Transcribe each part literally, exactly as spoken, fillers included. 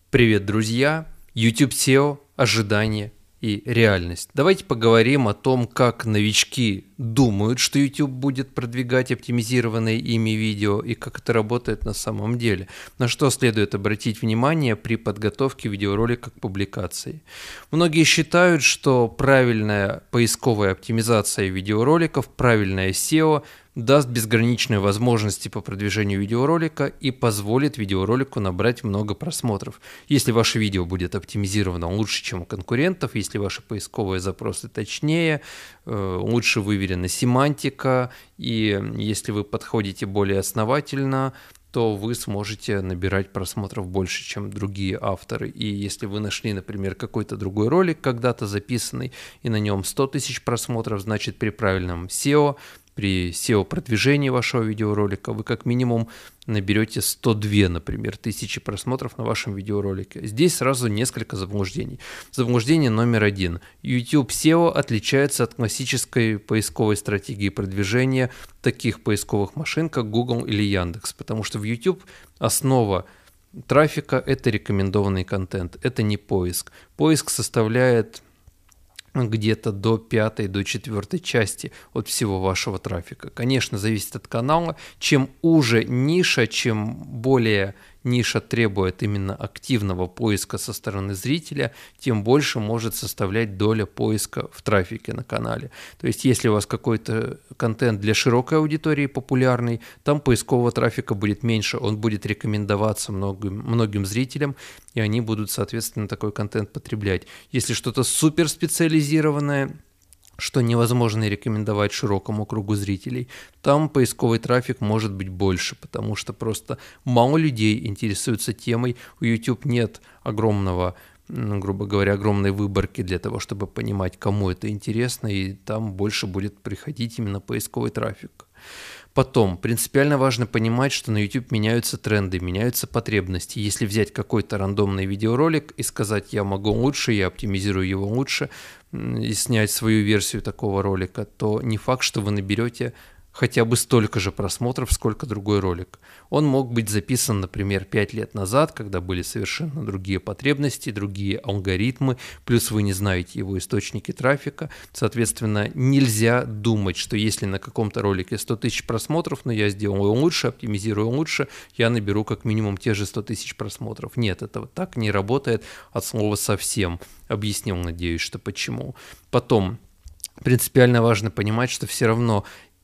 Привет, друзья! YouTube сео, ожидания и реальность. Давайте поговорим о том, как новички думают, что YouTube будет продвигать оптимизированные ими видео и как это работает на самом деле. На что следует обратить внимание при подготовке видеоролика к публикации. Многие считают, что правильная поисковая оптимизация видеороликов, правильное сео даст безграничные возможности по продвижению видеоролика и позволит видеоролику набрать много просмотров. Если ваше видео будет оптимизировано лучше, чем у конкурентов, если ваши поисковые запросы точнее, лучше выверена семантика, и если вы подходите более основательно, то вы сможете набирать просмотров больше, чем другие авторы. И если вы нашли, например, какой-то другой ролик, когда-то записанный, и на нем сто тысяч просмотров, значит при правильном сео, при сео-продвижении вашего видеоролика вы как минимум наберете сто две, например, тысячи просмотров на вашем видеоролике. Здесь сразу несколько заблуждений. Заблуждение номер один. YouTube сео отличается от классической поисковой стратегии продвижения таких поисковых машин, как Google или Яндекс, потому что в YouTube основа трафика – это рекомендованный контент, это не поиск. Поиск составляет где-то до пятой, до четвертой части от всего вашего трафика. Конечно, зависит от канала. Чем уже ниша, чем более ниша требует именно активного поиска со стороны зрителя, тем больше может составлять доля поиска в трафике на канале. То есть, если у вас какой-то контент для широкой аудитории популярный, там поискового трафика будет меньше, он будет рекомендоваться многим, многим зрителям, и они будут, соответственно, такой контент потреблять. Если что-то суперспециализированное, что невозможно рекомендовать широкому кругу зрителей, там поисковый трафик может быть больше, потому что просто мало людей интересуются темой. У YouTube нет огромного, грубо говоря, огромной выборки для того, чтобы понимать, кому это интересно, и там больше будет приходить именно поисковый трафик. Потом, принципиально важно понимать, что на YouTube меняются тренды, меняются потребности. Если взять какой-то рандомный видеоролик и сказать, я могу лучше, я оптимизирую его лучше, и снять свою версию такого ролика, то не факт, что вы наберете хотя бы столько же просмотров, сколько другой ролик. Он мог быть записан, например, пять лет назад, когда были совершенно другие потребности, другие алгоритмы, плюс вы не знаете его источники трафика. Соответственно, нельзя думать, что если на каком-то ролике сто тысяч просмотров, но я сделаю лучше, оптимизирую лучше, я наберу как минимум те же сто тысяч просмотров. Нет, это так не работает от слова совсем. Объяснил, надеюсь, что почему. Потом, принципиально важно понимать, что все равно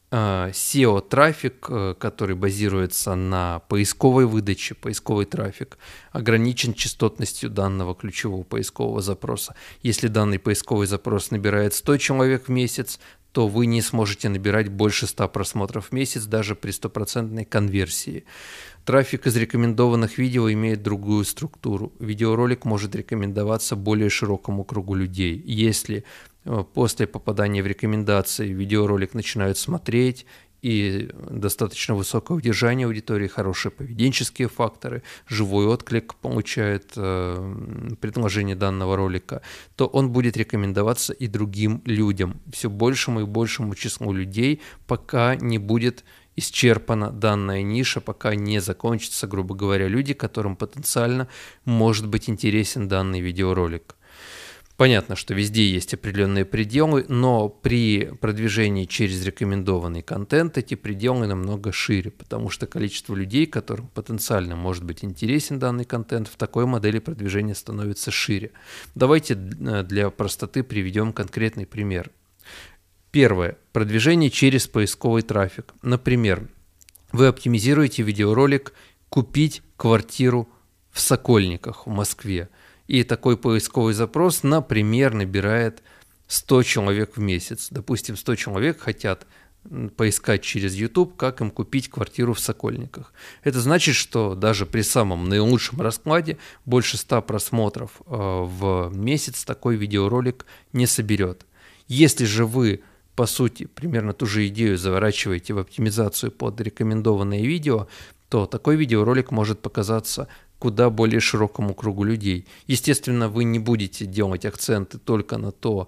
сео-трафик, который базируется на поисковой выдаче, поисковый трафик, ограничен частотностью данного ключевого поискового запроса. Если данный поисковый запрос набирает сто человек в месяц, то вы не сможете набирать больше ста просмотров в месяц даже при стопроцентной конверсии. Трафик из рекомендованных видео имеет другую структуру. Видеоролик может рекомендоваться более широкому кругу людей. Если после попадания в рекомендации видеоролик начинают смотреть, и достаточно высокое удержание аудитории, хорошие поведенческие факторы, живой отклик получает э, предложение данного ролика, то он будет рекомендоваться и другим людям, все большему и большему числу людей, пока не будет исчерпана данная ниша, пока не закончатся, грубо говоря, люди, которым потенциально может быть интересен данный видеоролик. Понятно, что везде есть определенные пределы, но при продвижении через рекомендованный контент эти пределы намного шире, потому что количество людей, которым потенциально может быть интересен данный контент, в такой модели продвижения становится шире. Давайте для простоты приведем конкретный пример. Первое. Продвижение через поисковый трафик. Например, вы оптимизируете видеоролик «Купить квартиру в Сокольниках в Москве». И такой поисковый запрос, например, набирает сто человек в месяц. Допустим, сто человек хотят поискать через YouTube, как им купить квартиру в Сокольниках. Это значит, что даже при самом наилучшем раскладе больше ста просмотров в месяц такой видеоролик не соберет. Если же вы, по сути, примерно ту же идею заворачиваете в оптимизацию под рекомендованные видео, то такой видеоролик может показаться куда более широкому кругу людей. Естественно, вы не будете делать акценты только на то,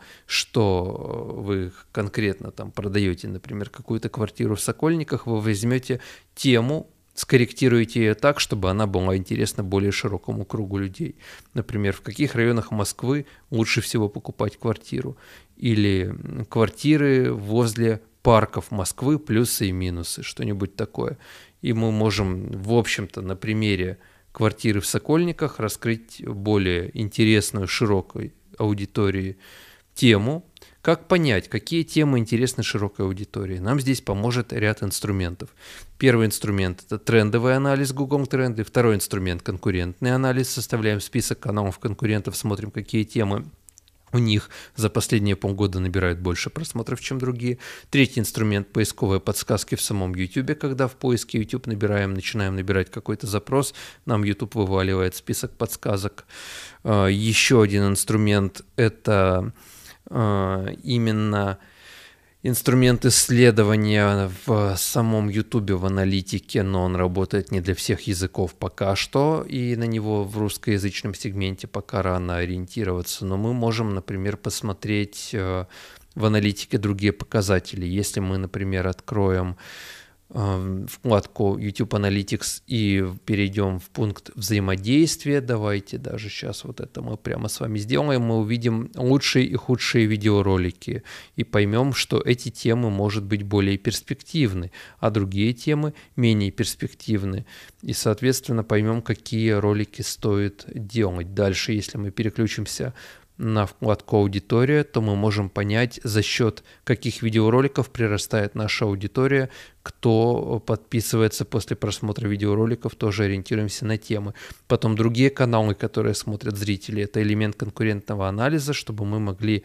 что вы конкретно там продаете, например, какую-то квартиру в Сокольниках, вы возьмете тему скорректируйте ее так, чтобы она была интересна более широкому кругу людей. Например, в каких районах Москвы лучше всего покупать квартиру, или квартиры возле парков Москвы, плюсы и минусы, что-нибудь такое. И мы можем, в общем-то, на примере квартиры в Сокольниках раскрыть более интересную, широкой аудитории тему. Как понять, какие темы интересны широкой аудитории? Нам здесь поможет ряд инструментов. Первый инструмент – это трендовый анализ Google Тренды. Второй инструмент – конкурентный анализ. Составляем список каналов конкурентов, смотрим, какие темы у них за последние полгода набирают больше просмотров, чем другие. Третий инструмент – поисковые подсказки в самом YouTube. Когда в поиске YouTube набираем, начинаем набирать какой-то запрос, нам YouTube вываливает список подсказок. Еще один инструмент – это именно инструмент исследования в самом YouTube, в аналитике, но он работает не для всех языков пока что, и на него в русскоязычном сегменте пока рано ориентироваться. Но мы можем, например, посмотреть в аналитике другие показатели. Если мы, например, откроем вкладку YouTube Analytics и перейдем в пункт взаимодействия, давайте даже сейчас вот это мы прямо с вами сделаем, мы увидим лучшие и худшие видеоролики и поймем, что эти темы, может быть, более перспективны, а другие темы менее перспективны. И, соответственно, поймем, какие ролики стоит делать. Дальше, если мы переключимся на вкладку «Аудитория», то мы можем понять, за счет каких видеороликов прирастает наша аудитория, кто подписывается после просмотра видеороликов, тоже ориентируемся на темы. Потом другие каналы, которые смотрят зрители, это элемент конкурентного анализа, чтобы мы могли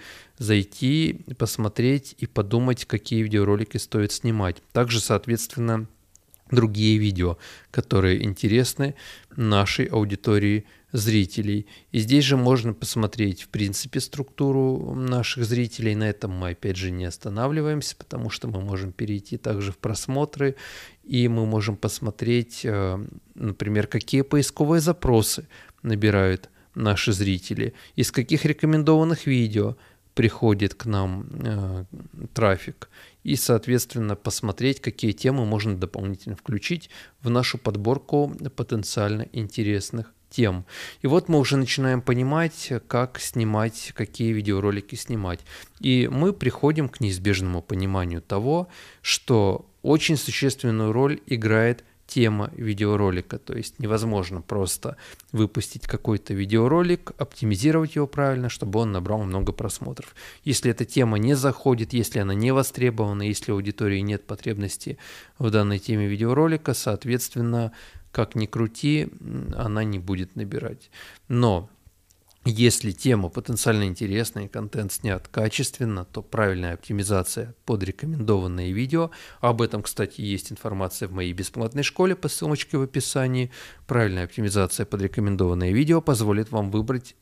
зайти, посмотреть и подумать, какие видеоролики стоит снимать. Также, соответственно, другие видео, которые интересны нашей аудитории зрителей. И здесь же можно посмотреть, в принципе, структуру наших зрителей. На этом мы, опять же, не останавливаемся, потому что мы можем перейти также в просмотры, и мы можем посмотреть, например, какие поисковые запросы набирают наши зрители, из каких рекомендованных видео приходит к нам э, трафик, и, соответственно, посмотреть, какие темы можно дополнительно включить в нашу подборку потенциально интересных тем. И вот мы уже начинаем понимать, как снимать, какие видеоролики снимать. И мы приходим к неизбежному пониманию того, что очень существенную роль играет тема видеоролика. То есть невозможно просто выпустить какой-то видеоролик, оптимизировать его правильно, чтобы он набрал много просмотров. Если эта тема не заходит, если она не востребована, если у аудитории нет потребности в данной теме видеоролика, соответственно, как ни крути, она не будет набирать. Но если тема потенциально интересная и контент снят качественно, то правильная оптимизация под рекомендованные видео, об этом, кстати, есть информация в моей бесплатной школе по ссылочке в описании, правильная оптимизация под рекомендованные видео позволит вам выбрать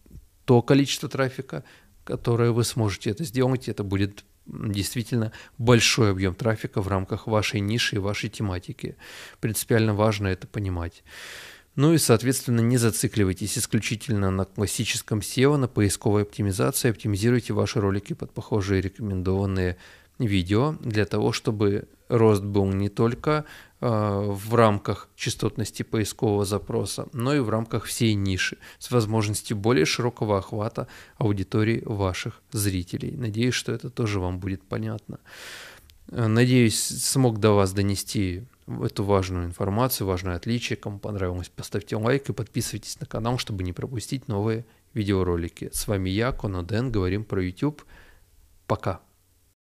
то количество трафика, которое вы сможете это сделать, это будет действительно большой объем трафика в рамках вашей ниши и вашей тематики. Принципиально важно это понимать. Ну и, соответственно, не зацикливайтесь исключительно на классическом сео, на поисковой оптимизации. Оптимизируйте ваши ролики под похожие рекомендованные видео для того, чтобы рост был не только э, в рамках частотности поискового запроса, но и в рамках всей ниши с возможностью более широкого охвата аудитории ваших зрителей. Надеюсь, что это тоже вам будет понятно. Надеюсь, смог до вас донести эту важную информацию, важное отличие. Кому понравилось, поставьте лайк и подписывайтесь на канал, чтобы не пропустить новые видеоролики. С вами я, Коноден, говорим про YouTube. Пока.